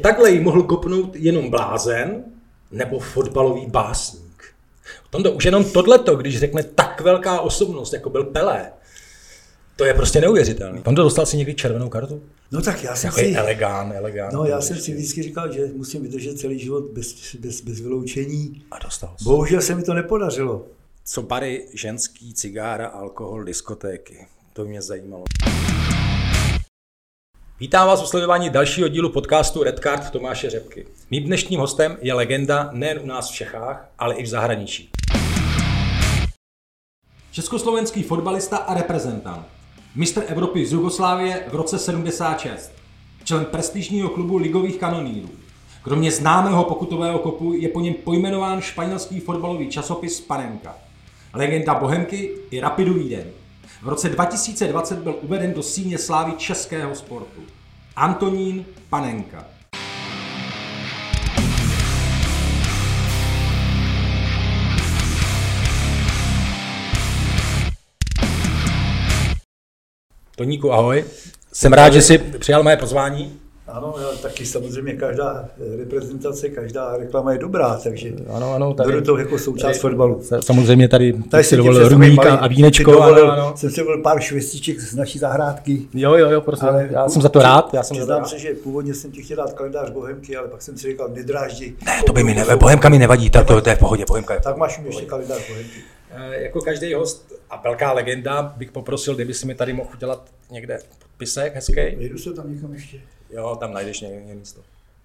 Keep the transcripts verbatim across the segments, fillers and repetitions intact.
takhle jí mohl kopnout jenom blázen nebo fotbalový básník. Tondo, už jenom tohleto, když řekne tak velká osobnost, jako byl Pelé, to je prostě neuvěřitelný. Tondo, dostal si někdy červenou kartu? No tak já jsem jako si... elegán, elegán. No já jsem si vždycky říkal, že musím vydržet celý život bez, bez, bez vyloučení. A dostal jsem. Bohužel se mi to nepodařilo. Co bary, ženský, cigára, alkohol, diskotéky? To by mě zajímalo. Vítám vás u sledování dalšího dílu podcastu Red Card Tomáše Řepky. Mým dnešním hostem je legenda nejen u nás v Čechách, ale i v zahraničí. Československý fotbalista a reprezentant. Mistr Evropy z Jugoslávie v roce sedmdesát šest. Člen prestižního klubu ligových kanonýrů. Kromě známého pokutového kopu je po něm pojmenován španělský fotbalový časopis Panenka. Legenda Bohemky i Rapidu Vídeň. V roce dva tisíce dvacet byl uveden do síně slávy českého sportu. Antonín Panenka. Toníku, ahoj. Jsem rád, že jsi přijal moje pozvání. Ano, taky samozřejmě každá reprezentace, každá reklama je dobrá, takže ano, ano, tady, beru to jako součást tady, fotbalu. Samozřejmě tady, tady si dovolil rumíka a vínečko. Dovolil, ano, ano. Jsem si dovolil pár švestiček z naší zahrádky. Jo, jo, jo, prostě. Ale já jsem za to rád. Já jsem Přiznám se, že původně jsem ti chtěl dát kalendář Bohemky, ale pak jsem si říkal, nedráždi. Ne, to by mi ne, Bohemka mi nevadí, tak to, to je v pohodě, Bohemka je. Tak máš mi ještě kalendář Bohemky. E, jako každý host a velká legenda bych poprosil, kdyby si mi tady mohl udělat někde podpisek hezký. Jedu se tam někam ještě. Jo, tam najdeš někde místo.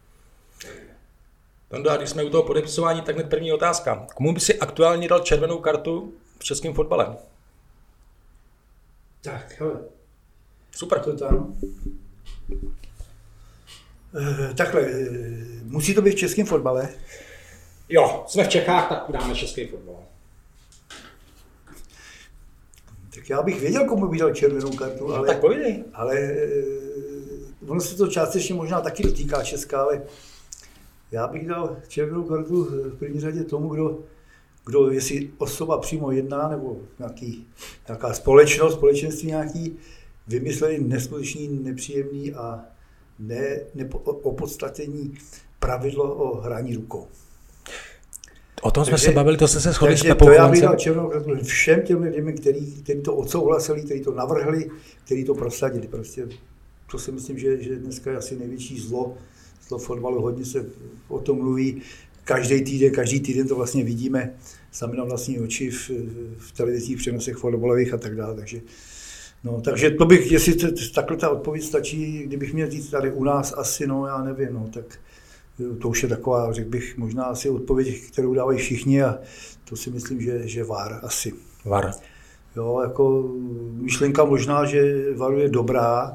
Tondo, a když jsme u toho podepisování, tak hned první otázka. Komu by si aktuálně dal červenou kartu v českém fotbale? Tak, hele. Super. To tam. E, takhle, e, musí to být v českém fotbale? Jo, jsme v Čechách, tak dáme český fotbal. Tak já bych věděl, komu bych dal červenou kartu, no, ale... tak povídej. Ale e, ono se to částečně možná taky dotýká Česka, ale já bych dal červenou kartu v první řadě tomu, kdo, kdo jestli osoba přímo jedná, nebo nějaký, nějaká společnost, společenství nějaký, vymysleli neskutečný, nepříjemný a ne, nepo, opodstatnění pravidlo o hraní rukou. O tom jsme takže, se bavili, to se se shodli s Pepou. To já bych dal červenou kartu všem těm lidem, kteří, kteří to odsouhlasili, kteří to navrhli, kteří to prosadili. Prostě to si myslím, že, že dneska je asi největší zlo, zlo fotbalu, hodně se o tom mluví. Každý týden, každý týden to vlastně vidíme sami na vlastní oči v, v televizních přenosech fotbalových a tak dále. Takže, no, takže to bych, jestli to, takhle ta odpověď stačí, kdybych měl říct tady u nás asi, no já nevím, no, tak to už je taková, řekl bych, možná asi odpověď, kterou dávají všichni a to si myslím, že, že V A R asi. V A R. Jo, jako myšlenka možná, že V A R je dobrá,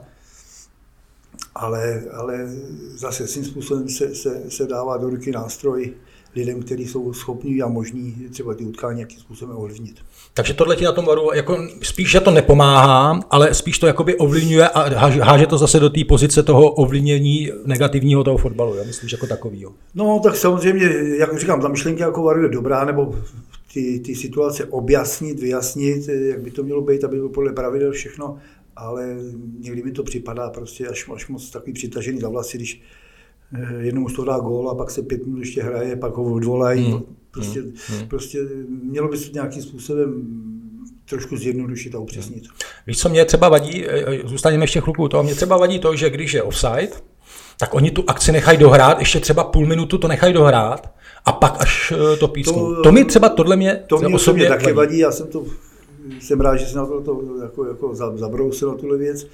ale, ale zase svým způsobem se, se, se dává do ruky nástroj lidem, kteří jsou schopní a možní třeba ty utkání nějakým způsobem ovlivnit. Takže tohle ti na tom V A R jako spíš, že to nepomáhá, ale spíš to jakoby ovlivňuje a háže to zase do té pozice toho ovlivnění negativního toho fotbalu, já myslíš jako takovýho. No tak samozřejmě, jak říkám, ta myšlenka jako V A R je dobrá, nebo ty, ty situace objasnit, vyjasnit, jak by to mělo být, aby bylo podle pravidel všechno, ale někdy mi to připadá prostě až, až moc takový přitažený za vlasy, když jednou už to dá gól a pak se pět minut ještě hraje, pak ho odvolají. Hmm. Prostě, hmm. prostě mělo by se nějakým způsobem trošku zjednodušit a upřesnit. Víš, co mě třeba vadí, zůstaneme ještě chvilku toho, mě třeba vadí to, že když je offside, tak oni tu akci nechají dohrát, ještě třeba půl minutu to nechají dohrát a pak až to písknou. To, to mi třeba tohle mě to mě osobně taky vadí. vadí, já jsem to, jsem rád, že jsem na to, to jako, jako zabrousil na tuhle věc.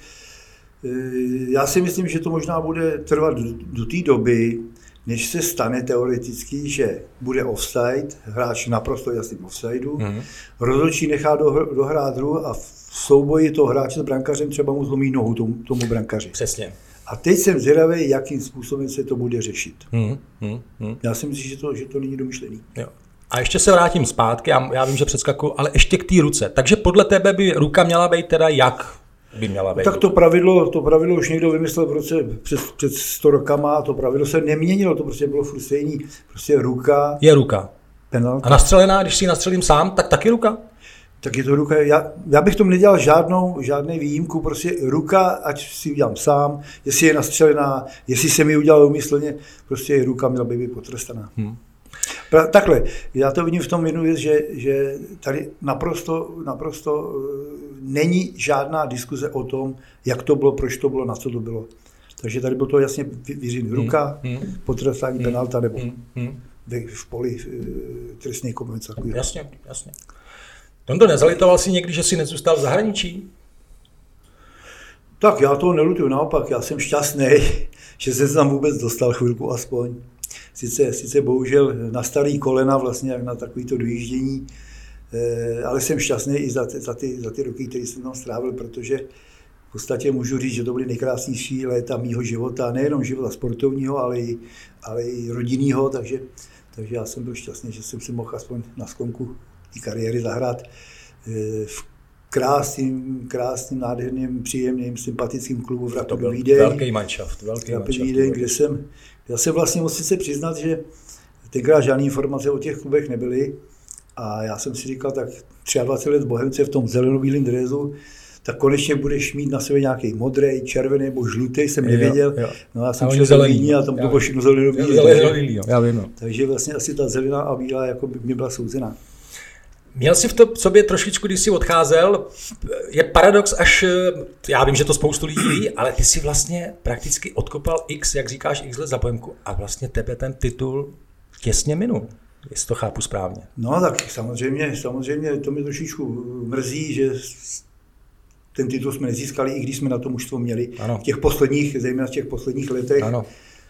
Já si myslím, že to možná bude trvat do, do té doby, než se stane teoreticky, že bude offside, hráč naprosto jasným offsideu, mm-hmm. rozhodčí nechá do, dohrát hru a v souboji toho hráče s brankařem třeba mu zlomí nohu tomu, tomu brankaři. Přesně. A teď jsem zvědavý, jakým způsobem se to bude řešit. Mm-hmm. Já si myslím, že to, že to není domyšlený. Jo. A ještě se vrátím zpátky, já, já vím, že přeskakuju, ale ještě k té ruce. Takže podle tebe by ruka měla být teda jak? By měla být. Tak to pravidlo, to pravidlo už někdo vymyslel v roce před, před sto rokama, to pravidlo se neměnilo, to prostě bylo furt stejný, prostě ruka. Je ruka. Penalta. A nastřelená, když si ji nastřelím sám, tak taky ruka? Tak je to ruka, já, já bych tomu nedělal žádnou, žádnou výjimku, prostě ruka, ať si udělám sám, jestli je nastřelená, jestli se mi udělal úmyslně, prostě ruka měla by být potrestaná. Hmm. Takhle, já to vidím v tom jednu věc, že, že tady naprosto, naprosto není žádná diskuze o tom, jak to bylo, proč to bylo, na co to bylo. Takže tady bylo to jasně vyřízené ruka, hmm. potrestání, hmm. penalta nebo hmm. v poli trestné konvence. Jasně, jasně. Tondo, nezalitoval si někdy, že si nezůstal v zahraničí? Tak já toho nelutuju, naopak, já jsem šťastný, že jsem se tam vůbec dostal chvilku aspoň. Sice, sice bohužel na starý kolena, vlastně jak na takovýto dojíždění, ale jsem šťastný i za ty, za ty, za ty roky, které jsem tam strávil, protože v podstatě můžu říct, že to byly nejkrásnější léta mýho života, nejenom života sportovního, ale i, ale i rodinného, takže, takže já jsem byl šťastný, že jsem si mohl aspoň na sklonku té kariéry zahrát v krásným, krásným, nádherným, příjemným, sympatickým klubu v Rapidu Vídeň. Velký manšaft, velký manšaft. Vídeň, kde jsem, já jsem vlastně musím se přiznat, že tenkrát žádné informace o těch klubech nebyly a já jsem si říkal, tak dvacet tři let v Bohemce v tom zeleno-bílém dresu, tak konečně budeš mít na sebe nějaký modrý, červený nebo žlutý, jsem nevěděl. Jo, jo. No já jsem šel do Vídně a tam to bylo všechno zeleno-bílé. Takže vlastně asi ta zelená a bílá jako by mě byla souzená. Měl jsi v to sobě trošičku, když jsi odcházel, je paradox až, já vím, že to spoustu lidí ví, ale ty jsi vlastně prakticky odkopal x, jak říkáš, x let za Bohemku a vlastně tebe ten titul těsně minul, jestli to chápu správně. No tak samozřejmě, samozřejmě to mě trošičku mrzí, že ten titul jsme nezískali, i když jsme na to mužstvo měli ano. v těch posledních, zejména v těch posledních letech. Ano.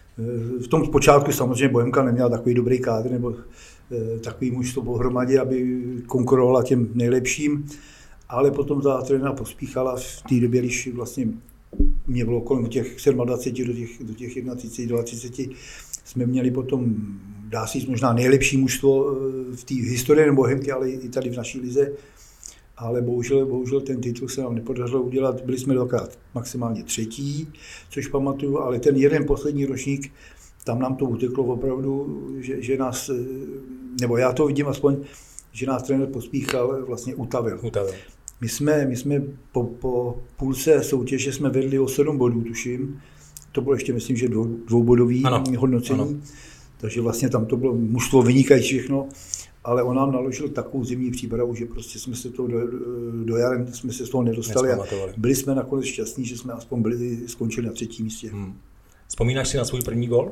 V tom počátku samozřejmě Bohemka neměla takový dobrý kádr, nebo takový mužstvo pohromadě, aby konkurovala těm nejlepším, ale potom ta trenéra Pospíchala v té době, když vlastně mě bylo kolem těch dvacet sedm do těch, do těch třicet jedna, dvacet, jsme měli potom, dá se říct, možná nejlepší mužstvo v té historii nebo Bohemky, ale i tady v naší lize, ale bohužel, bohužel ten titul se nám nepodařilo udělat, byli jsme dvakrát maximálně třetí, což pamatuju, ale ten jeden poslední ročník, tam nám to uteklo opravdu, že, že nás, nebo já to vidím aspoň, že nás trenér Pospíchal vlastně utavil. utavil. My jsme, my jsme po, po půlce soutěže jsme vedli o sedm bodů, tuším. To bylo ještě, myslím, že dvou, dvoubodový ano, hodnocení. Ano. Takže vlastně tam to bylo mužstvo vynikající všechno, ale on nám naložil takovou zimní přípravu, že prostě jsme se to do, do jaren jsme se z toho nedostali a byli jsme nakonec šťastní, že jsme aspoň byli, skončili na třetím místě. Hmm. Vzpomínáš si na svůj první gól?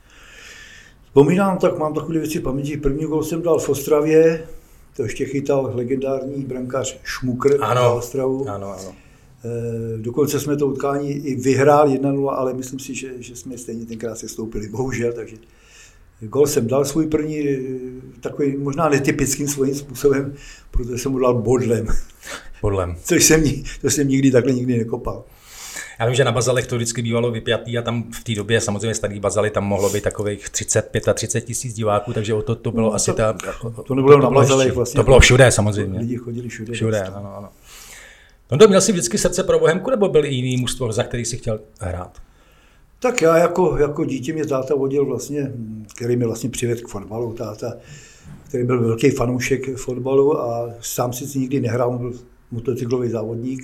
Vzpomínám, tak mám takové věci v paměti. První gól jsem dal v Ostravě, to ještě chytal legendární brankář Šmukr na Ostravu. Ano, ano. E, dokonce jsme to utkání i vyhrál jedna nula, ale myslím si, že, že jsme stejně tenkrát se stoupili, bohužel. Takže gól jsem dal svůj první, takový možná netypickým svým způsobem, protože jsem mu dal bodlem. Bodlem. Což jsem, to jsem nikdy takhle nikdy nekopal. Já vím, že na bazalech to vždycky bývalo vypjatý a tam v té době samozřejmě starý bazaly, tam mohlo být takových třicet, třicet pět tisíc diváků, takže o to, to bylo no, asi to, ta... To nebylo to na bazalech vlastně. To bylo všude samozřejmě. Lidi chodili všude. Všude, ano, ano. Tondo, měl jsi vždycky srdce pro Bohemku, nebo byl jiný mužstvo, za který jsi chtěl hrát? Tak já jako, jako dítě mě táta vodil vlastně, který mě vlastně přivedl k fotbalu, táta, který byl velký fanoušek fotbalu a sám si nikdy nehrál, byl motocyklový závodník.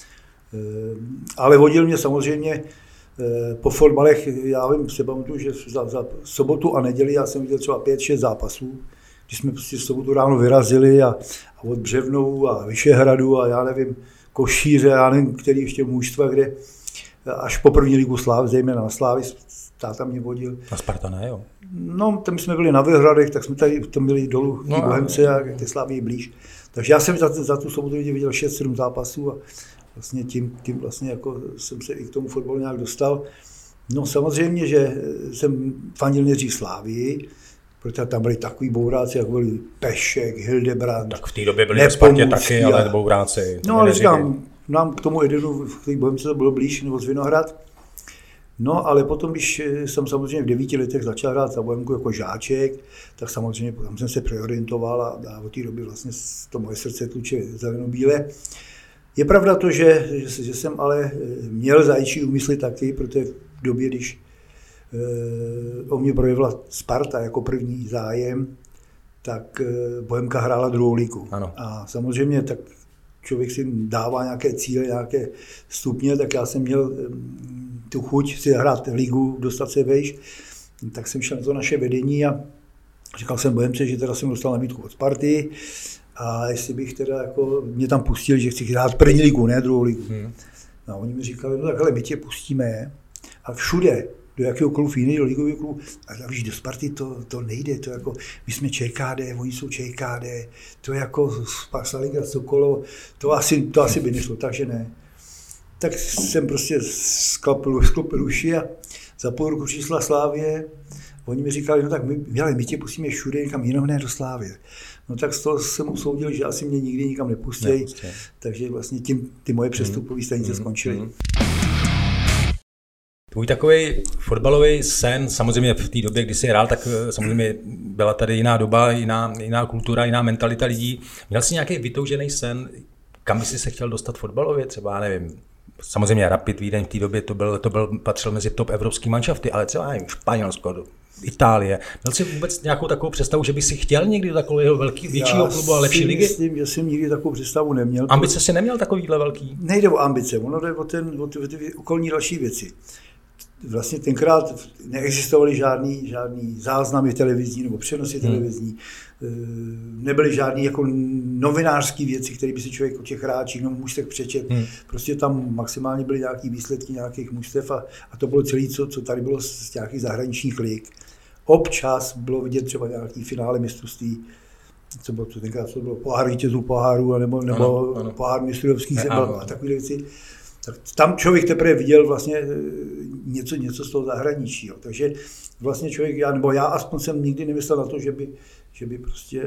Ale vodil mě samozřejmě po fotbalech, já vím, se pamatuju, že za, za sobotu a neděli já jsem viděl třeba pět šest zápasů, když jsme prostě v sobotu ráno vyrazili a, a od Břevnou a Vyšehradu a já nevím, Košíře, já nevím, který ještě mužstva, kde až po první ligu Slávy, zejména na Slávy, táta mě vodil. A Sparta ne, jo? No, tam jsme byli na Vyhradech, tak jsme tady tam byli dolů v no, Bohemce a k té Slávy blíž. Takže já jsem za, za tu sobotu viděl šest sedm zápasů a vlastně tím, tím vlastně jako jsem se i k tomu fotbalu nějak dostal. No samozřejmě, že jsem fandil nejdřív Slávii, protože tam byli takový bouráci, jako byli Pešek, Hildebrand. Tak v té době byli ve Spartě taky, a... ale bouráci. No ale říkám, nám k tomu Edenu, v té Bohemce to bylo blíž, nebo z Vinohrad. No ale potom, když jsem samozřejmě v devíti letech začal hrát za Bohemku jako žáček, tak samozřejmě tam jsem se preorientoval a, a od té doby vlastně to moje srdce tluče zeleno-bílé. Je pravda to, že, že, že jsem ale měl zajíčí úmysly taky, protože v době, když e, o mě projevila Sparta jako první zájem, tak Bohemka hrála druhou ligu. Ano. A samozřejmě tak člověk si dává nějaké cíle, nějaké stupně, tak já jsem měl tu chuť si hrát ligu, dostat se vejš, tak jsem šel na to naše vedení a říkal jsem Bohemce, že teda jsem dostal nabídku od Sparty a jestli bych teda jako mě tam pustil, že chci hrát první ligu, ne druhou ligu. Hmm. No a oni mi říkali, no tak ale my tě pustíme a všude, do jakéhokoliv jiného ligového klubu, a víš, do Sparty to, to nejde, to jako, my jsme ČKD, oni jsou ČKD, to je jako Sparta Liga, Sokolo, to asi, to asi by nešlo, takže ne. Tak jsem prostě sklopil, sklopil uši a za půl roku přišla Slávie, oni mi říkali, no tak my, ale my tě pustíme všude, někam jinou, ne do Slávie. No tak z toho jsem usoudil, že asi mě nikdy nikam nepustějí, takže vlastně tím ty moje přestupové stanice mm, skončily. Mm. Tvůj takový fotbalový sen, samozřejmě v té době, kdy jsi hrál, tak samozřejmě byla tady jiná doba, jiná, jiná kultura, jiná mentalita lidí. Měl jsi nějaký vytoužený sen, kam bys se chtěl dostat fotbalově? Třeba, nevím, samozřejmě Rapid Vídeň v té době to byl, to byl, patřil mezi top evropský manšafty, ale třeba nevím, Španělsko, Itálie. Měl jsi vůbec nějakou takovou představu, že bys si chtěl někdy do takového velký, většího klubu a lepší ligy? Já si myslím, že jsem nikdy takovou představu neměl. Ambice jsi neměl takovýhle velký? Nejde o ambice, ono jde o, ten, o ty, o ty okolní další věci. Vlastně tenkrát neexistovaly žádný, žádný záznamy televizní nebo přenosy hmm. televizní. Nebyly žádný jako novinářské věci, které by si člověk o těch hráčích no, mužstev přečet. Hmm. Prostě tam maximálně byly nějaké výsledky nějakých mužstev a, a to bylo celé, co, co tady bylo z nějakých zahraničních lig. Občas bylo vidět třeba nějaký finále mistrovství, co bylo to tenkrát, co bylo pohár vítězů poháru, nebo, nebo ano, ano. pohár mistrovských zem a takové věci. Tak tam člověk teprve viděl vlastně něco, něco z toho zahraničí. Jo. Takže vlastně člověk, já, nebo já aspoň jsem nikdy nemyslel na to, že by, že by prostě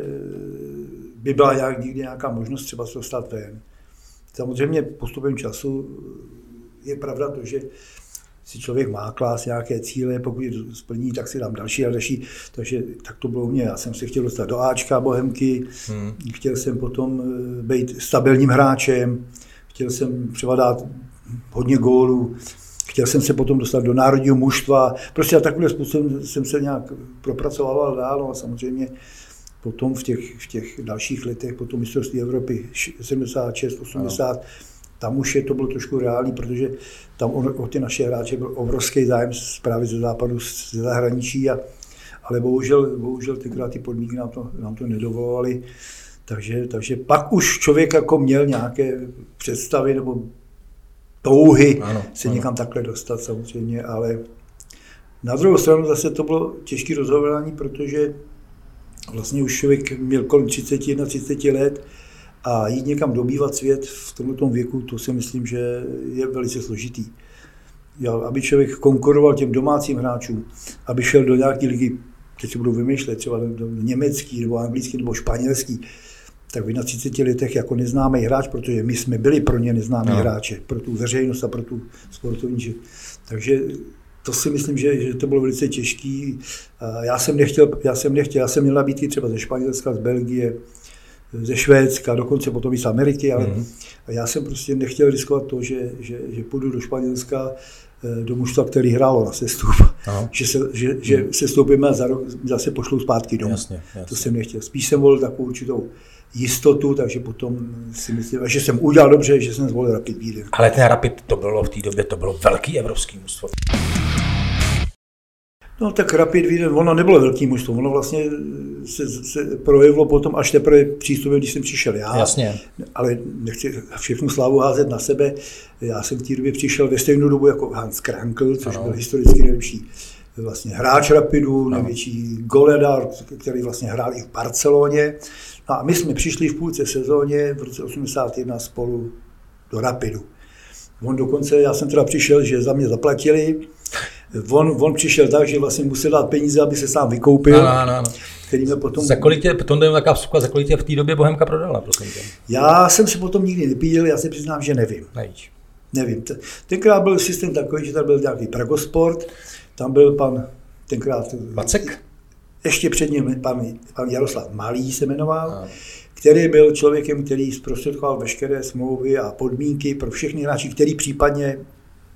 by byla nějak, nikdy nějaká možnost třeba se dostat ven. Samozřejmě postupem času je pravda to, že si člověk má klás nějaké cíle, pokud je splní, tak si dám další a další. Takže tak to bylo u mě. Já jsem se chtěl dostat do Ačka Bohemky, hmm. chtěl jsem potom být stabilním hráčem, chtěl jsem třeba dát hodně gólů, chtěl jsem se potom dostat do národního mužstva. Prostě a takovým způsobem jsem se nějak propracovával dál, no a samozřejmě potom v těch, v těch dalších letech, potom mistrovství Evropy sedmdesát šest osmdesát, no. Tam už je to bylo trošku reálný, protože tam o, o ty naše hráče byl obrovský zájem právě ze západu, ze zahraničí, a, ale bohužel, bohužel tenkrát ty podmínky nám to, nám to nedovolovaly. Takže, takže pak už člověk jako měl nějaké představy nebo touhy ano, se ano. někam takhle dostat samozřejmě, ale na druhou stranu zase to bylo těžké rozhodování, protože vlastně už člověk měl kolem třicet třicet jedna let a jít někam dobývat svět v tomto věku, to si myslím, že je velice složitý. Já, aby člověk konkuroval těm domácím hráčům, aby šel do nějaké ligy, teď si budu vymýšlet, třeba do, do německý, nebo anglický, nebo španělský, tak v třiceti letech jako neznámý hráč, protože my jsme byli pro ně neznámí no. hráče, pro tu veřejnost a pro tu sportovní. Takže to si myslím, že, že to bylo velice těžký. Já jsem nechtěl, já jsem nechtěl, já jsem měl nabídky třeba ze Španělska, z Belgie, ze Švédska, dokonce potom i z Ameriky, ale mm. já jsem prostě nechtěl riskovat to, že, že, že půjdu do Španělska, do mužstva, který hrálo na sestup, no. že, se, že, mm. že sestoupíme a za rok zase pošlou zpátky domů. Jasně, jasně. To jsem nechtěl. Spíš jsem volil takovou určitou jistotu, takže potom si myslím, že jsem udělal dobře, že jsem zvolil Rapid Vídeň. Ale ten Rapid, to bylo v té době, to bylo velký evropský mužstvo. No tak Rapid Vídeň, ono nebylo velký mužstvo, ono vlastně se, se projevilo potom až teprve přístupem, když jsem přišel já. Jasně. Ale nechci všechnu slávu házet na sebe. Já jsem v té době přišel ve stejnou dobu jako Hans Krankl, což ano. byl historicky nejlepší vlastně hráč Rapidu, ano. největší goledar, který vlastně hrál i v Barceloně. No a my jsme přišli v půlce sezóně v roce osmdesát jedna spolu do Rapidu. On dokonce, já jsem teda přišel, že za mě zaplatili. On, on přišel tak, že vlastně musel dát peníze, aby se sám vykoupil. Ano, ano. Který mě potom... Za kolik tě, potom dejme taková vstupa, za kolik tě v té době Bohemka prodala, prosím tě? Já jsem si potom nikdy nepídil, já se přiznám, že nevím. Nevíš. Nevím. Tenkrát byl systém takový, že tam byl nějaký Pragosport, tam byl pan tenkrát... Vacek? Ještě před ním pan, pan Jaroslav Malý se jmenoval, ano. který byl člověkem, který zprostředkoval veškeré smlouvy a podmínky pro všechny hráči, který případně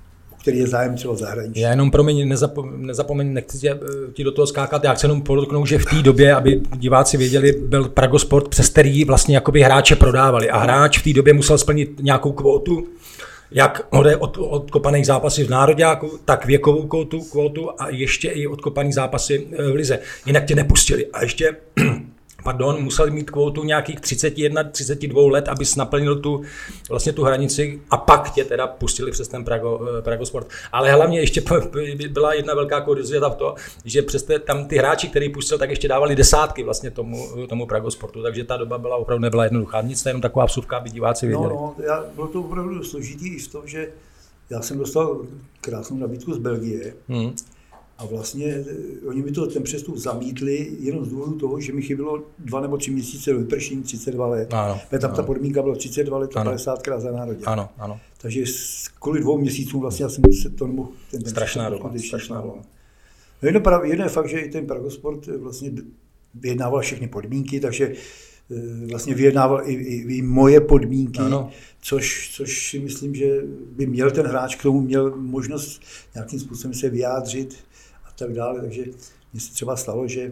který je zájem třeba v zahraničí. Já jenom promiň, nezapomeň, nezapomeň nechci tě, ti do toho skákat, já chci jenom podotknout, že v té době, aby diváci věděli, byl Pragosport, přes který vlastně jakoby hráče prodávali a hráč v té době musel splnit nějakou kvótu, jak ode od, odkopaných zápasy v nároďáku, tak věkovou kvótu, kvótu a ještě i odkopaný zápasy v lize. Jinak tě nepustili. A ještě, pardon, museli mít kvótu nějakých třicet jedna třicet dva let, abys naplnil tu, vlastně tu hranici a pak tě teda pustili přes ten Prago, Pragosport. Ale hlavně ještě byla jedna velká kuriozita v to, že přes te, tam ty hráči, který pustil, tak ještě dávali desátky vlastně tomu, tomu Pragosportu, takže ta doba byla opravdu nebyla jednoduchá. Nic, jenom taková vsuvka, aby diváci věděli. No, no, já, bylo to opravdu složitý i v tom, že já jsem dostal krásnou nabídku z Belgie. Hmm. A vlastně oni mi to ten přestup zamítli jenom z důvodu toho, že mi chybělo dva nebo tři měsíce do vypršení třicet dva let. Ano, tam ano. Ta podmínka byla třicet dva let a padesátkrát za národě. Ano, ano. Takže kvůli dvou měsícům vlastně já jsem se to nemohl... Ten, ten strašná doba, strašná doba. No jedno, jedno je fakt, že i ten Pragosport vlastně vyjednával všechny podmínky, takže vlastně vyjednával i, i, i moje podmínky, ano. Což, což si myslím, že by měl ten hráč k tomu měl možnost nějakým způsobem se vyjádřit a tak dále. Takže mně se třeba stalo, že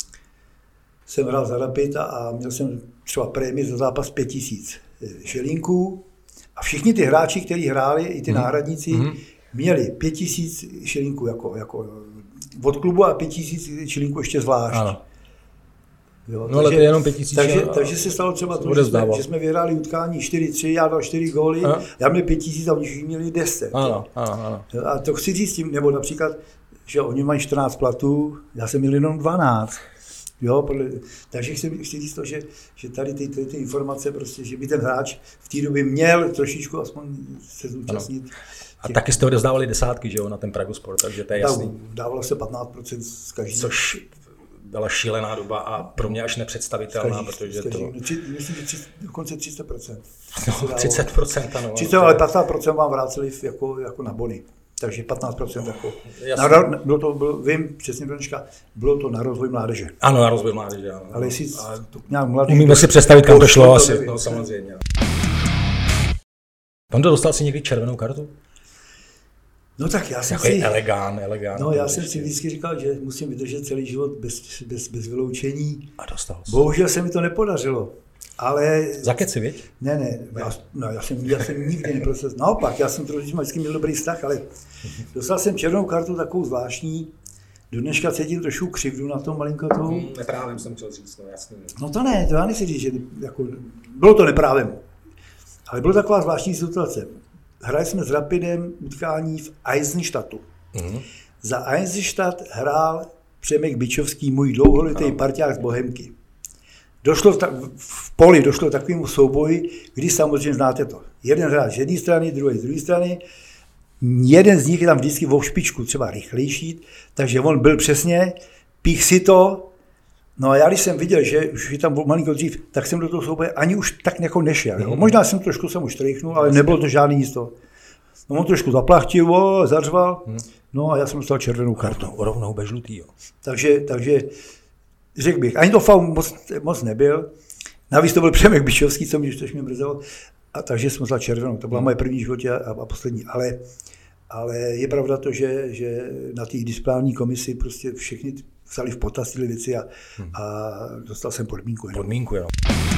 jsem hrál za Rapid a měl jsem třeba prémii za zápas pět tisíc šilínků a všichni ty hráči, kteří hráli, i ty mm. náhradníci, mm. měli pět tisíc šilínků jako, jako od klubu a pět tisíc šilínků ještě zvlášť. Ano. Jo, no takže, ale to je jenom pět tisíc. Takže, takže se stalo třeba to, že jsme, že jsme vyhráli utkání čtyři tři, já dal čtyři góly, ano. Já měl pět tisíc a oni všichni měli deset. Ano, ano, ano. A to chci říct tím, nebo například, že oni mají čtrnáct platů, já jsem měl jenom dvanáct. Jo, podle, takže chci, chci říct to, že, že tady ty, ty, ty informace, prostě, že by ten hráč v té době měl trošičku aspoň se zúčastnit. Ano. A taky jste odezdávali desátky, že jo, na ten Pragosport, takže to je jasný. Dávalo se patnáct procent z každého. Což byla šílená doba a pro mě až nepředstavitelná, každý, protože každý, to... Myslím, že dokonce třicet procent. No, třicet procent, ano. třicet, ale patnáct procent vám vrátili jako, jako na bony. Takže patnáct procent jako... Na, bylo to, bylo, vím, přesně Bronička, bylo to na rozvoj mládeže. Ano, na rozvoj mládeže, ano. Ale jestli to nějak mladý... Umíme si představit, kam to šlo asi. No, samozřejmě. Tondo, dostal jsi někdy červenou kartu? No tak já jsem jako si... elegán, elegán. No já jsem si vždycky říkal, že musím vydržet celý život bez, bez, bez vyloučení. A dostal jsi. Bohužel se mi to nepodařilo. Ale... Za keci, viď? Ne, ne, já, no, já, jsem, já jsem nikdy neprosil. Naopak, já jsem trošičku vždycky měl dobrý vztah, ale dostal jsem červenou kartu takovou zvláštní. Do dneška cítím trošku křivdu na tom malinko toho. Hmm, neprávem jsem chtěl říct, no jasně. No to ne, to já nechci říct, že jako, bylo to neprávem. Ale byla taková zvláštní situace. Hráli jsme s Rapidem utkání v Eisenstadtu. Mm-hmm. Za Eisenstadt hrál Přemek Bičovský, můj dlouholetý parťák z Bohemky. Došlo ta, v poli došlo k takovému souboji, kdy samozřejmě znáte to. Jeden hráč z jedné strany, druhý z druhé strany. Jeden z nich je tam vždycky vo špičku, třeba rychlejší, takže on byl přesně, pích si to. No a já když jsem viděl, že už je tam malinko dřív, tak jsem do toho souboje ani už tak jako nešel. Jo? Možná jsem trošku jsem už trejchnul, ale nebylo to žádný nic toho. No on trošku zaplachtil, o, zařval, no a já jsem dostal červenou kartu. Rovnou, rovnou bez žlutý, jo. Takže, takže řekl bych, ani to faul moc, moc nebyl. Navíc to byl Přemek Bičovský, co mě, což mě mrzelo, a takže jsem dostal červenou. To byla moje první životě a, a poslední. Ale, ale je pravda to, že, že na té disciplinární komisi prostě všechny vzali v potaz tyhle věci a, a dostal jsem podmínku. Jenom. Podmínku, jo.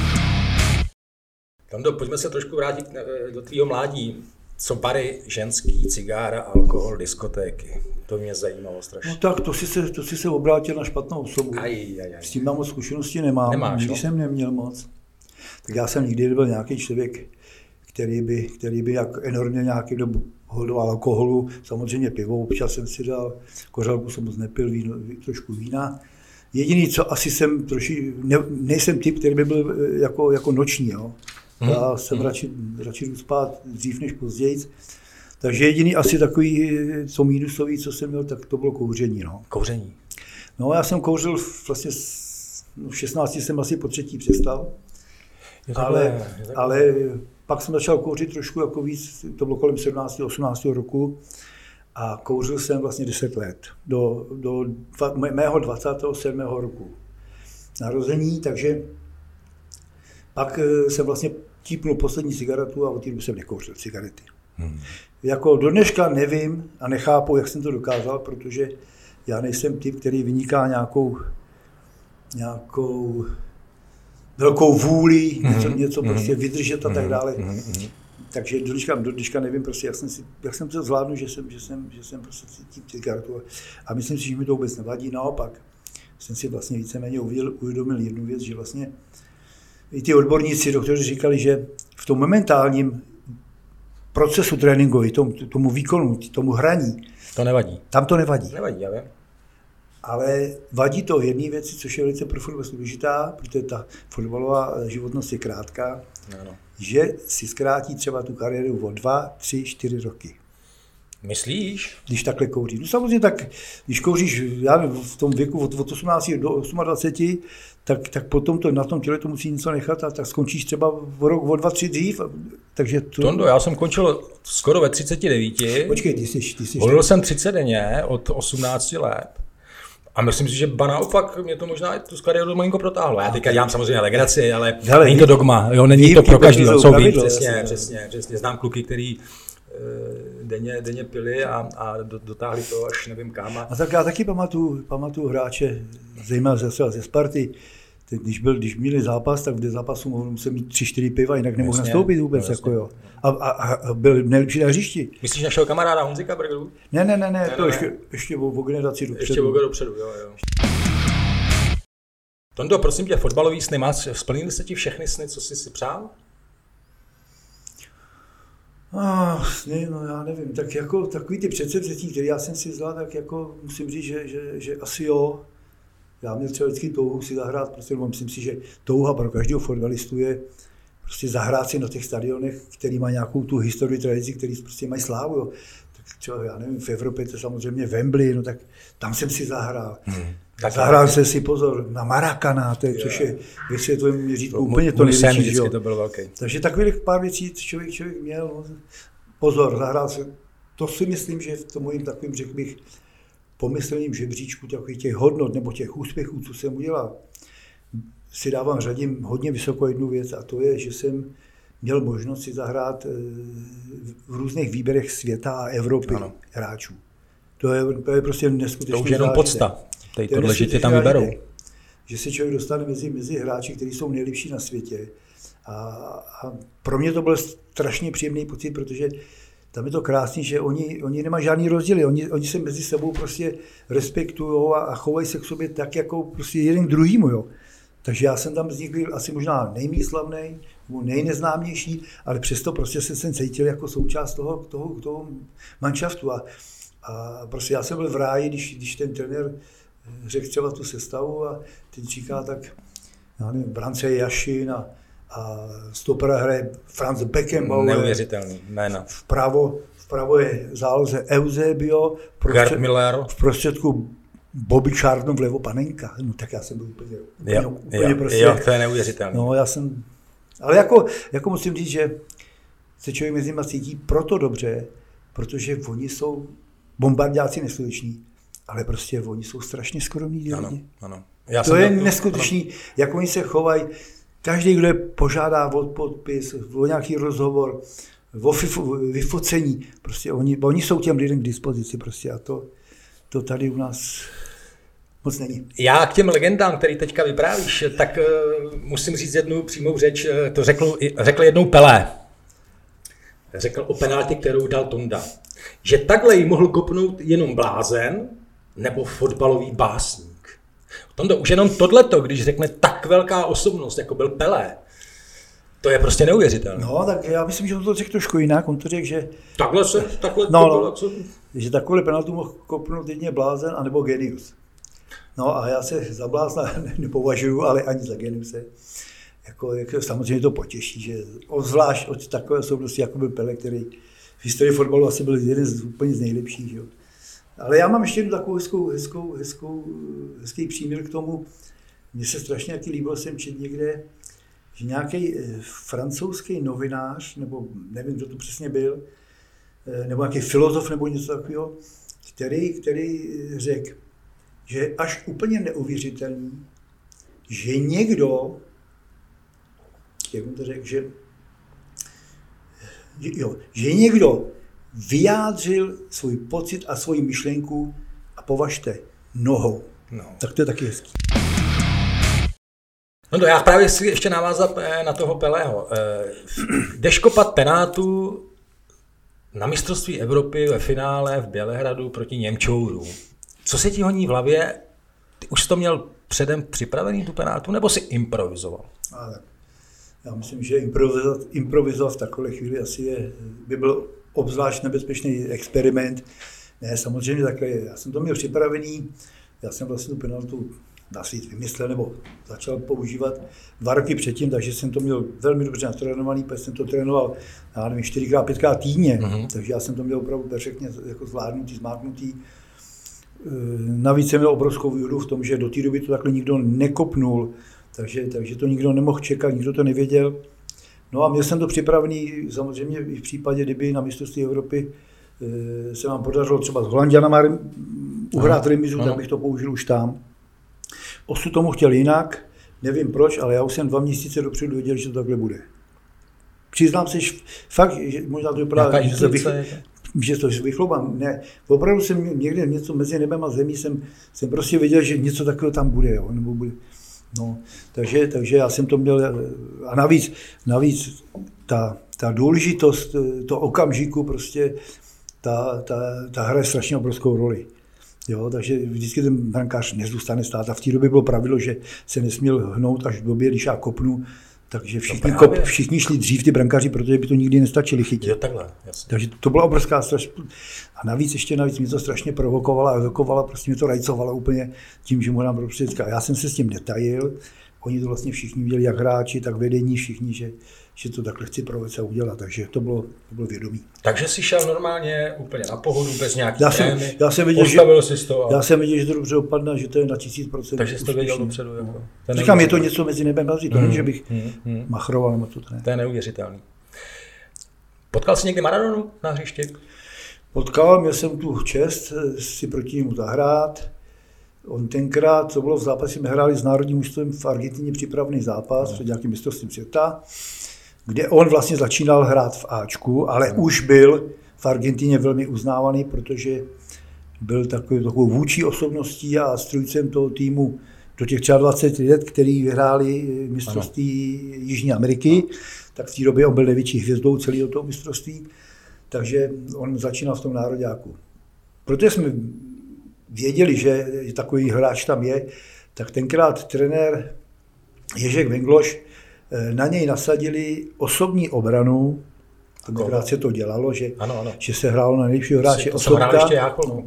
Tondo, pojďme se trošku vrátit do tvýho mládí. Co bary, ženský, cigára, alkohol, diskotéky. To mě zajímalo strašně. No tak to si se, to si se obrátil na špatnou osobu. Aj, aj, aj. S tím mám moc zkušenosti nemám. Nemáš, nikdy no? jsem neměl moc. Tak já jsem nikdy nebyl nějaký člověk, který by, který by jak enormně nějaký dobu hodoval alkoholu. Samozřejmě pivo, občas jsem si dal, kořálku jsem moc nepil, víno, trošku vína. Jediný, co asi jsem troši, ne, nejsem typ, který by byl jako, jako noční. Jo. Já hmm. jsem hmm. radši, radši jdu spát dřív než později. Takže jediný asi takový, co minusový, co jsem měl, tak to bylo kouření. No. Kouření? No já jsem kouřil vlastně, v šestnácti jsem asi po třetí přestal. Ale, ale pak jsem začal kouřit trošku jako víc, to bylo kolem sedmnáctého osmnáctého roku. A kouřil jsem vlastně deset let, do, do dva, mého dvacátého sedmého roku narození, takže pak jsem vlastně típnul poslední cigaretu a od té doby jsem nekouřil cigarety. Hmm. Jako do dneška nevím a nechápu, jak jsem to dokázal, protože já nejsem typ, který vyniká nějakou, nějakou velkou vůli, mm-hmm. něco, něco mm-hmm. prostě vydržet a tak dále. Mm-hmm. Takže do dneška, do dneška nevím, prostě, jak, jsem si, jak jsem to zvládnu, že jsem, že jsem, že jsem prostě tím cigaretu. A myslím si, že mi to vůbec nevadí. Naopak jsem si vlastně víceméně uvědomil jednu věc, že vlastně i ty odborníci, doktoři říkali, že v tom momentálním procesu tréninkový, tomu, tomu výkonu, tomu hraní, to nevadí. Tam to nevadí. Nevadí, já vím. Ale vadí to jedné věci, což je velice pro fotbal důležitá, protože ta fotbalová životnost je krátká, ano. Že si zkrátí třeba tu kariéru o dva, tři, čtyři roky. Myslíš? Když takhle kouříš. No samozřejmě tak, když kouříš já nevím, v tom věku od, od osmnácti do dvaceti osmi, tak, tak potom to, na tom těle to musí něco nechat a tak skončíš třeba o rok, o dva, tři dřív. Takže to... Tondo, já jsem končil skoro ve třiceti devíti. Počkej, ty jsi... Ty jsi Volil jsem třicet denně od osmnácti let. A myslím si, že ba naopak mě to možná tu kariéru malinko protáhlo. Já teďka dělám samozřejmě legraci, ale hele, není to dogma, jo, není to pro každého. Jsou víc, přesně, přesně, přesně. Znám kluky, který denně, denně pili a, a dotáhli to až nevím kam. A tak já taky pamatuju, pamatuju hráče, zejména ze, ze Sparty, když, byl, když měli zápas, tak v zápasu mohl musel mít tři, čtyři piva, jinak nemohl nastoupit vůbec. Jako jo. A, a, a byl nejlepší na hřišti. Myslíš našeho kamaráda Honzika Brglu? Ne, ne, ne, ne, ne to ne, ještě, ještě o, o generaci dopředu. Ještě o dopředu, jo, jo. Tondo, prosím tě, fotbalový sny máš, splnily se ti všechny sny, co jsi si přál? Ah, sny, no já nevím, tak jako takový ty předsevzetí, které já jsem si vzal, tak jako musím říct, že, že, že asi jo. Já měl třeba vždycky touhu si zahrát, prostě myslím si, že touha pro každého fotbalistu je prostě zahrát si na těch stadionech, který má nějakou tu historii, tradici, který prostě mají slávu. Jo. Tak třeba, já nevím, v Evropě to samozřejmě Wembley, no tak tam jsem si zahrál. Hmm. Tak zahrál jsem si, pozor, na Maracana, to je, což je ve světovém měřítku úplně to největší. To bylo velký. Takže takových pár věcí člověk, člověk měl. No, pozor, zahrál se. To si myslím, že v tom mojím takovým, řekl bych, pomyslením žebříčku takových těch hodnot nebo těch úspěchů, co jsem udělal, si dávám řadím hodně vysoko jednu věc a to je, že jsem měl možnost si zahrát v různých výběrech světa a Evropy ano. hráčů. To je, to je prostě neskutečný To už jenom podsta. Teď tohle, že tě tam vyberou. Že se člověk dostane mezi, mezi hráči, kteří jsou nejlepší na světě. A, a pro mě to byl strašně příjemný pocit, protože tam je to krásný, že oni, oni nemají žádný rozdíly, oni, oni se mezi sebou prostě respektují a, a chovají se k sobě tak, jako prostě jeden k druhýmu. Jo. Takže já jsem tam z nich byl asi možná nejméně slavnej, nebo nejneznámější, ale přesto prostě jsem se cítil jako součást toho, toho, toho manšaftu. A, a prostě já jsem byl v ráji, když, když ten trenér řekl třeba tu sestavu a teď říká tak, já nevím, brance Jašin a, a stopera hraje Franz Beckenbauer. Neuvěřitelný jména. Vpravo, vpravo je záloze Eusebio, Gerd Müller. V prostředku Bobby Charlton, vlevo Panenka. No tak já jsem byl úplně, úplně, jo, úplně jo, prostě. Jo, to je neuvěřitelné. No já jsem, ale jako, jako musím říct, že se člověk mezi nimi cítí proto dobře, protože oni jsou bombardáci neskuteční, ale prostě oni jsou strašně skromní ano, lidi. Ano. Já to je neskutečný, jak oni se chovají. Každý, kdo je požádá o podpis, o nějaký rozhovor, o vyfocení, prostě oni, oni jsou těm lidem k dispozici prostě a to, to tady u nás moc není. Já k těm legendám, který teďka vyprávíš, tak uh, musím říct jednu přímou řeč, to řekl, řekl jednou Pelé. Řekl o penaltě, kterou dal Tonda. Že takhle jí mohl kopnout jenom blázen nebo fotbalový básník. Tonda, už jenom tohleto, když řekne tak velká osobnost, jako byl Pelé, to je prostě neuvěřitelné. No, tak já myslím, že on to řekl trošku jinak. On to řekl, že... Takhle se, takhle no, to bylo, co... Že takový penaltu mohl kopnout jedině blázen, anebo genius. No a já se za blázna nepovažuju, ale ani za geniuse. Jako, jako samozřejmě to potěší, že zvlášť od takové osobnosti, jako byl Pelé, který v historii fotbalu asi byl jeden z úplně z nejlepších. Jo. Ale já mám ještě jednu takovou hezkou, hezkou, hezkou, hezký příměr k tomu. Mně se strašně jaký líbilo, jsem četl někde, že nějaký francouzský novinář, nebo nevím, kdo to přesně byl, nebo nějaký filozof nebo něco takového, který, který řekl, že je až úplně neuvěřitelný, že někdo, jak mu to řekl, že jo, že někdo vyjádřil svůj pocit a svoji myšlenku a považte nohou. No. Tak to je taky hezký. No to já právě si ještě navázat na toho Pelého. Jdeš kopat penátu na mistrovství Evropy ve finále v Bělehradu proti Němčourům. Co se ti honí v hlavě? Ty už jsi to měl předem připravený tu penátu, nebo si improvizoval? Ale já myslím, že improvizovat, improvizovat v takové chvíli asi je, by byl obzvlášť nebezpečný experiment. Ne, samozřejmě takhle je. Já jsem to měl připravený, já jsem vlastně tu penaltu dá se jít vymyslel, nebo začal používat dva roky předtím, takže jsem to měl velmi dobře natrénovaný, protože jsem to trénoval, já nevím, čtyřikrát, pětkrát týdně, mm-hmm. takže já jsem to měl opravdu perfektně jako zvládnutý, zmáknutý. Navíc jsem měl obrovskou výhodu v tom, že do té doby to takhle nikdo nekopnul, takže, takže to nikdo nemohl čekat, nikdo to nevěděl. No a měl jsem to připravený samozřejmě i v případě, kdyby na mistrovství Evropy se vám podařilo třeba s Holanďanama uhrát remizu, tak bych to použil už tam. Osud tomu chtěl jinak, nevím proč, ale já už jsem dva měsíce dopředu věděl, že to takhle bude. Přiznám se, že fakt, že možná to vypadá, že se vychl... že to vychlubám. Ne, opravdu jsem někde něco mezi nebem a zemí, jsem, jsem prostě věděl, že něco takového tam bude. Jo, nebo bude. No, takže, takže já jsem to měl, a navíc, navíc ta, ta důležitost toho okamžiku, prostě ta, ta, ta hraje strašně obrovskou roli. Jo, takže vždycky ten brankář nezůstane stát a v té době bylo pravidlo, že se nesměl hnout až v době, když já kopnu, takže všichni, kop, všichni šli dřív ty brankáři, protože by to nikdy nestačili chytit. Jo, takhle, jasně. Takže to byla obrovská straš. A navíc ještě navíc mě to strašně provokovalo a evokovalo, prostě mě to rajcovalo úplně tím, že mu dám prostředka. Já jsem se s tím netajil, oni to vlastně všichni viděli, jak hráči, tak vedení všichni, že, že to takhle chci provést a udělat, takže to bylo, to bylo vědomí. Takže jsi šel normálně úplně na pohodu, bez nějaký já jsem, témy, já jsem viděl, postavil že, si to. A... Já jsem viděl, že to dobře dopadne, že to je na tisíc procent. Takže jsi to věděl dopředu. Jako. Říkám, je to něco mezi nebem a zemí, to není, že bych hmm, hmm. machroval nebo to ne. To je neuvěřitelný. Potkal jsi někdy Maradonu na hřišti? Potkal, měl jsem tu čest si proti němu zahrát. On tenkrát, co bylo v zápase, jsme hráli s národním mužstvem v Argentině přípravný zápas před nějakým mistrovstvím světa, kde on vlastně začínal hrát v Ačku, ale no. už byl v Argentině velmi uznávaný, protože byl takový, takovou vůdčí osobností a strůjcem toho týmu do těch dvacet tři let, který vyhráli mistrovství ano. Jižní Ameriky, tak v té době on byl největší hvězdou celého toho mistrovství, takže on začínal v tom nároďáku. Protože jsme věděli, že takový hráč tam je, tak tenkrát trenér Ježek Vengloš na něj nasadili osobní obranu, tenkrát se to dělalo, že, ano, ano. že se hrálo na nejlepšího hráče osobka. No.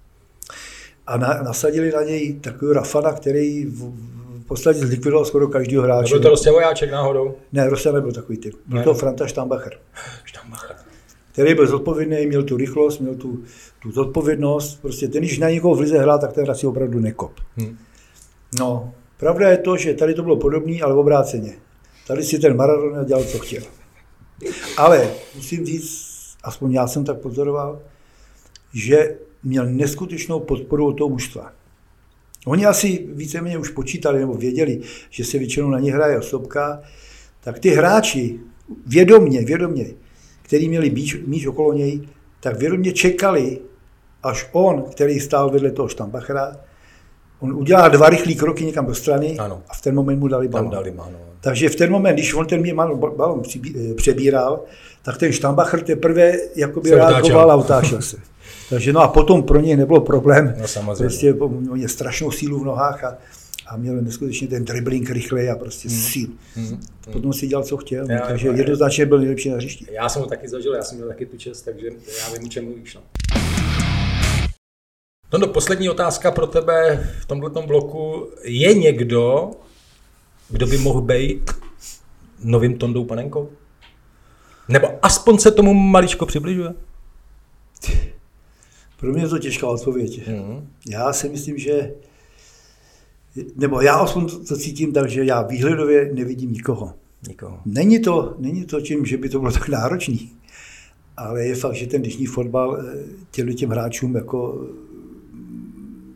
A na, nasadili na něj takového Rafana, který v, v podstatě zlikvidoval skoro každého hráče. Nebyl to Rostěvojáček náhodou? Ne, Rostěv nebyl takový typ. Byl ne. to Franta Štambacher. Štambacher. Který byl zodpovědný, měl tu rychlost, měl tu, tu zodpovědnost. Prostě ten, když na někoho v lize hrál, tak ten hráč si opravdu nekop. Hmm. No, pravda je to, že tady to bylo podobné, ale obráceně. Tady si ten Maradona dělal, co chtěl. Ale musím říct, aspoň já jsem tak pozoroval, že měl neskutečnou podporu od toho mužstva. Oni asi víceméně už počítali nebo věděli, že se většinou na ně hraje osobka, tak ty hráči vědomně, vědomně, který měli míč, míč okolo něj, tak vědomě čekali, až on, který stál vedle toho Štambachera, on udělá dva rychlé kroky někam do strany ano. a v ten moment mu dali balon. Dali balon. Takže v ten moment, když on ten balon přebíral, tak ten Štambacher teprve jakoby reagoval a otáčel se. Takže no a potom pro něj nebylo problém. No, samozřejmě. Prostě on je strašnou sílu v nohách a, a měl neskutečně ten dribbling rychlej a prostě mm. síl. Mm. Potom si dělal, co chtěl, já, takže jednoznačně byl nejlepší na hřišti. Já jsem ho taky zažil, já jsem měl taky tu čest, takže já vím, o čem mluvíš. No. Tondo, poslední otázka pro tebe v tomto bloku. Je někdo, kdo by mohl být novým Tondou Panenkou? Nebo aspoň se tomu maličko přibližuje? Pro mě je to těžká odpověď. Mm. Já si myslím, že, nebo já aspoň to cítím tak, že já výhledově nevidím nikoho. Nikoho. Není to, není to tím, že by to bylo tak náročný, ale je fakt, že ten dnešní fotbal těm, těm hráčům jako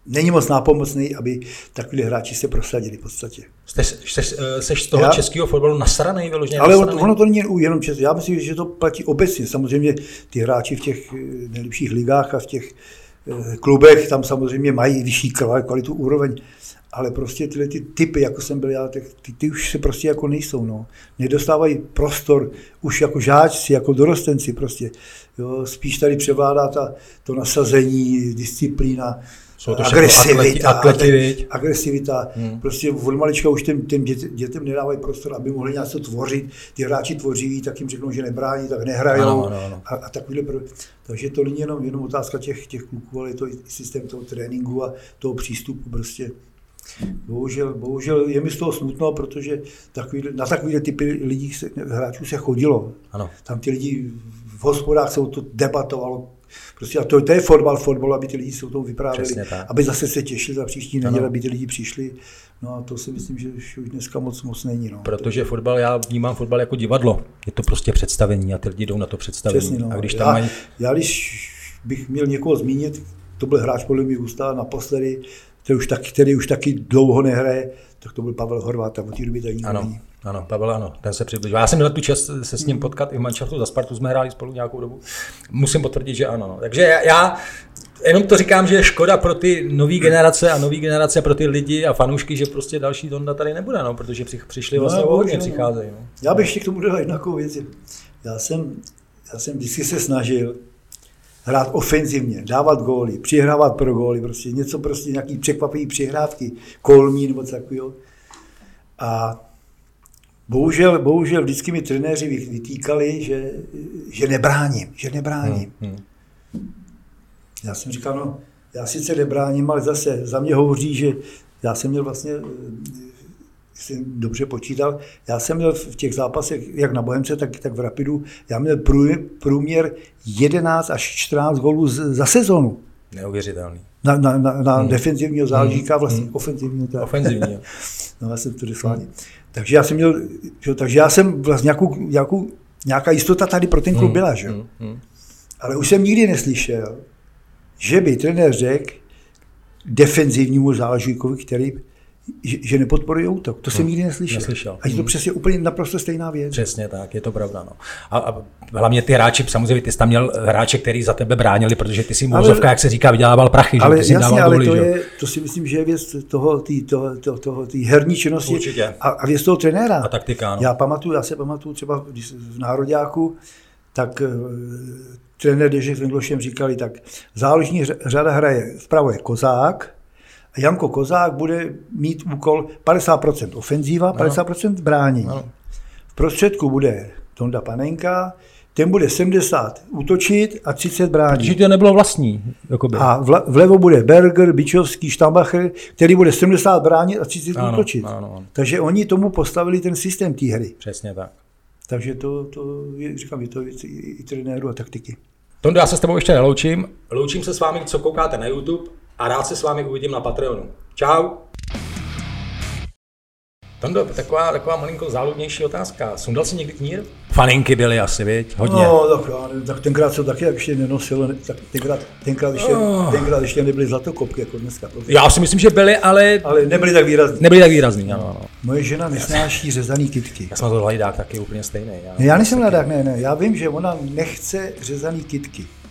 není moc nápomocný, aby takový hráči se prosadili v podstatě. Jsi z toho Já, českého fotbalu nasranej, vyloženě ale nasranej. Ono to není jenom český. Já myslím, že to platí obecně. Samozřejmě ty hráči v těch nejlepších ligách a v těch klubech tam samozřejmě mají vyšší kvalitu úroveň, ale prostě tyhle ty typy, jako jsem byl já, ty, ty už se prostě jako nejsou, no. Nedostávají prostor už jako žáčci, jako dorostenci prostě. Jo, spíš tady převládá ta, to nasazení, disciplína, agresivita, atleti, atleti, agresivita. Hmm. Prostě od malička už těm, těm dět, dětem nedávají prostor, aby mohli něco tvořit. Ty hráči tvoří, tak jim řeknou, že nebrání, tak nehrajou. Ano, ano, ano. A, a takovýhle. Takže to není jenom, jenom otázka těch, těch kluků, ale je to i systém toho tréninku a toho přístupu prostě. Bohužel, bohužel je mi z toho smutno, protože takový, na takovýhle typy lidí se, hráčů se chodilo. Ano. Tam ty lidi v hospodách se o to debatovalo. Prostě a to, to je fotbal, fotbal, aby ty lidi se o tom vyprávěli, aby zase se těšili za příští neděli, aby ty lidi přišli. No a to si myslím, že už dneska moc, moc není. No. Protože fotbal, já vnímám fotbal jako divadlo. Je to prostě představení a ty lidi jdou na to představení. Přesně, no. A když tam já, mají... já když bych měl někoho zmínit, to byl hráč podle mě Ústava naposledy, který už, taky, který už taky dlouho nehraje, tak to byl Pavel Horváth a od té doby tady nikdo není. Ano, Pavel, ano, ten se přibližoval. Já jsem měl tu čest se s ním potkat i v manšaftu za Spartu, jsme hráli spolu nějakou dobu. Musím potvrdit, že ano. No. Takže já, já jenom to říkám, že je škoda pro ty nové generace a nové generace pro ty lidi a fanoušky, že prostě další Tonda tady nebude, no, protože přišli vlastně no, hodně přicházejí. No. Já bych ještě k tomu dodal jednakou věc. Já jsem, já jsem vždycky se snažil hrát ofenzivně, dávat góly, přihrávat pro góly, prostě něco prostě, nějaký překvapivý přihrávky, kolmí nebo takového. A bohužel, bohužel vždycky mi trenéři vytýkali, že, že nebráním, že nebráním. Hmm, hmm. Já jsem říkal, no, já sice nebráním, ale zase za mě hovoří, že já jsem měl vlastně, jsem dobře počítal, já jsem měl v těch zápasech, jak na Bohemce, tak, tak v Rapidu, já měl průměr jedenáct až čtrnáct gólů za sezonu. Neuvěřitelný. Na, na, na, na hmm. defenzivního záložníka, vlastně hmm. ofenzivního. Tak. Ofenzivního. No, já jsem to doslání. Hmm. Takže já jsem měl, že, takže já jsem vlastně nějakou, nějakou, nějaká jistota tady pro ten klub byla, že? Hmm. Hmm. Ale už jsem nikdy neslyšel, že by trenér řekl defenzivnímu záložníkovi, který Že, že nepodporuje útok. To jsem hmm. nikdy neslyšel. neslyšel. A je to hmm. přesně úplně naprosto stejná věc. Přesně tak, je to pravda. No. A, a hlavně ty hráči, samozřejmě ty jsi tam měl hráče, který za tebe bránili, protože ty si mozovka, jak se říká, vydělával prachy. Ale, že? Ty jasně, ale doly, to, je, to si myslím, že je věc toho, tý, toho, toho, toho tý herní činnosti a, a věc toho trenéra. A taktika, no. Já pamatuju, já se pamatuju třeba když v Nároďáku, tak uh, trenér Dežek s Vendlošem říkali tak, záložní řada hraje, vpravo je Kozák, a Janko Kozák bude mít úkol padesát procent ofenzíva, padesát procent brání. Ano. V prostředku bude Tonda Panenka, ten bude sedmdesát útočit a třicet brání. Protože to nebylo vlastní. Jakoby. A vlevo bude Berger, Bičovský, Štambacher, který bude sedmdesát bránit a třicet ano, útočit. Ano, ano. Takže oni tomu postavili ten systém té hry. Přesně tak. Takže to, to je, říkám, je to věc i, i trenéru a taktiky. Tondo, já se s tebou ještě neloučím. Loučím se s vámi, co koukáte na YouTube. A rád se s vámi uvidím na Patreonu. Čau. Tondo, taková, taková malinko záludnější otázka. Sundal jsi někdy knír? Faninky byly asi, viď? Hodně. No, tak, tak tenkrát se taky ještě nenosil, tak tenkrát, tenkrát, ještě, oh. tenkrát ještě nebyly zlatokopky jako dneska. Já si myslím, že byly, ale... Ale nebyly tak výrazný. Nebyly tak výrazný, ano, ano. Moje žena nesnáší řezaný kytky. Já jsem to hladák taky úplně stejný. Já, ne, já nejsem hladák, ne, ne. Já vím, že ona nechce řezaný kytky.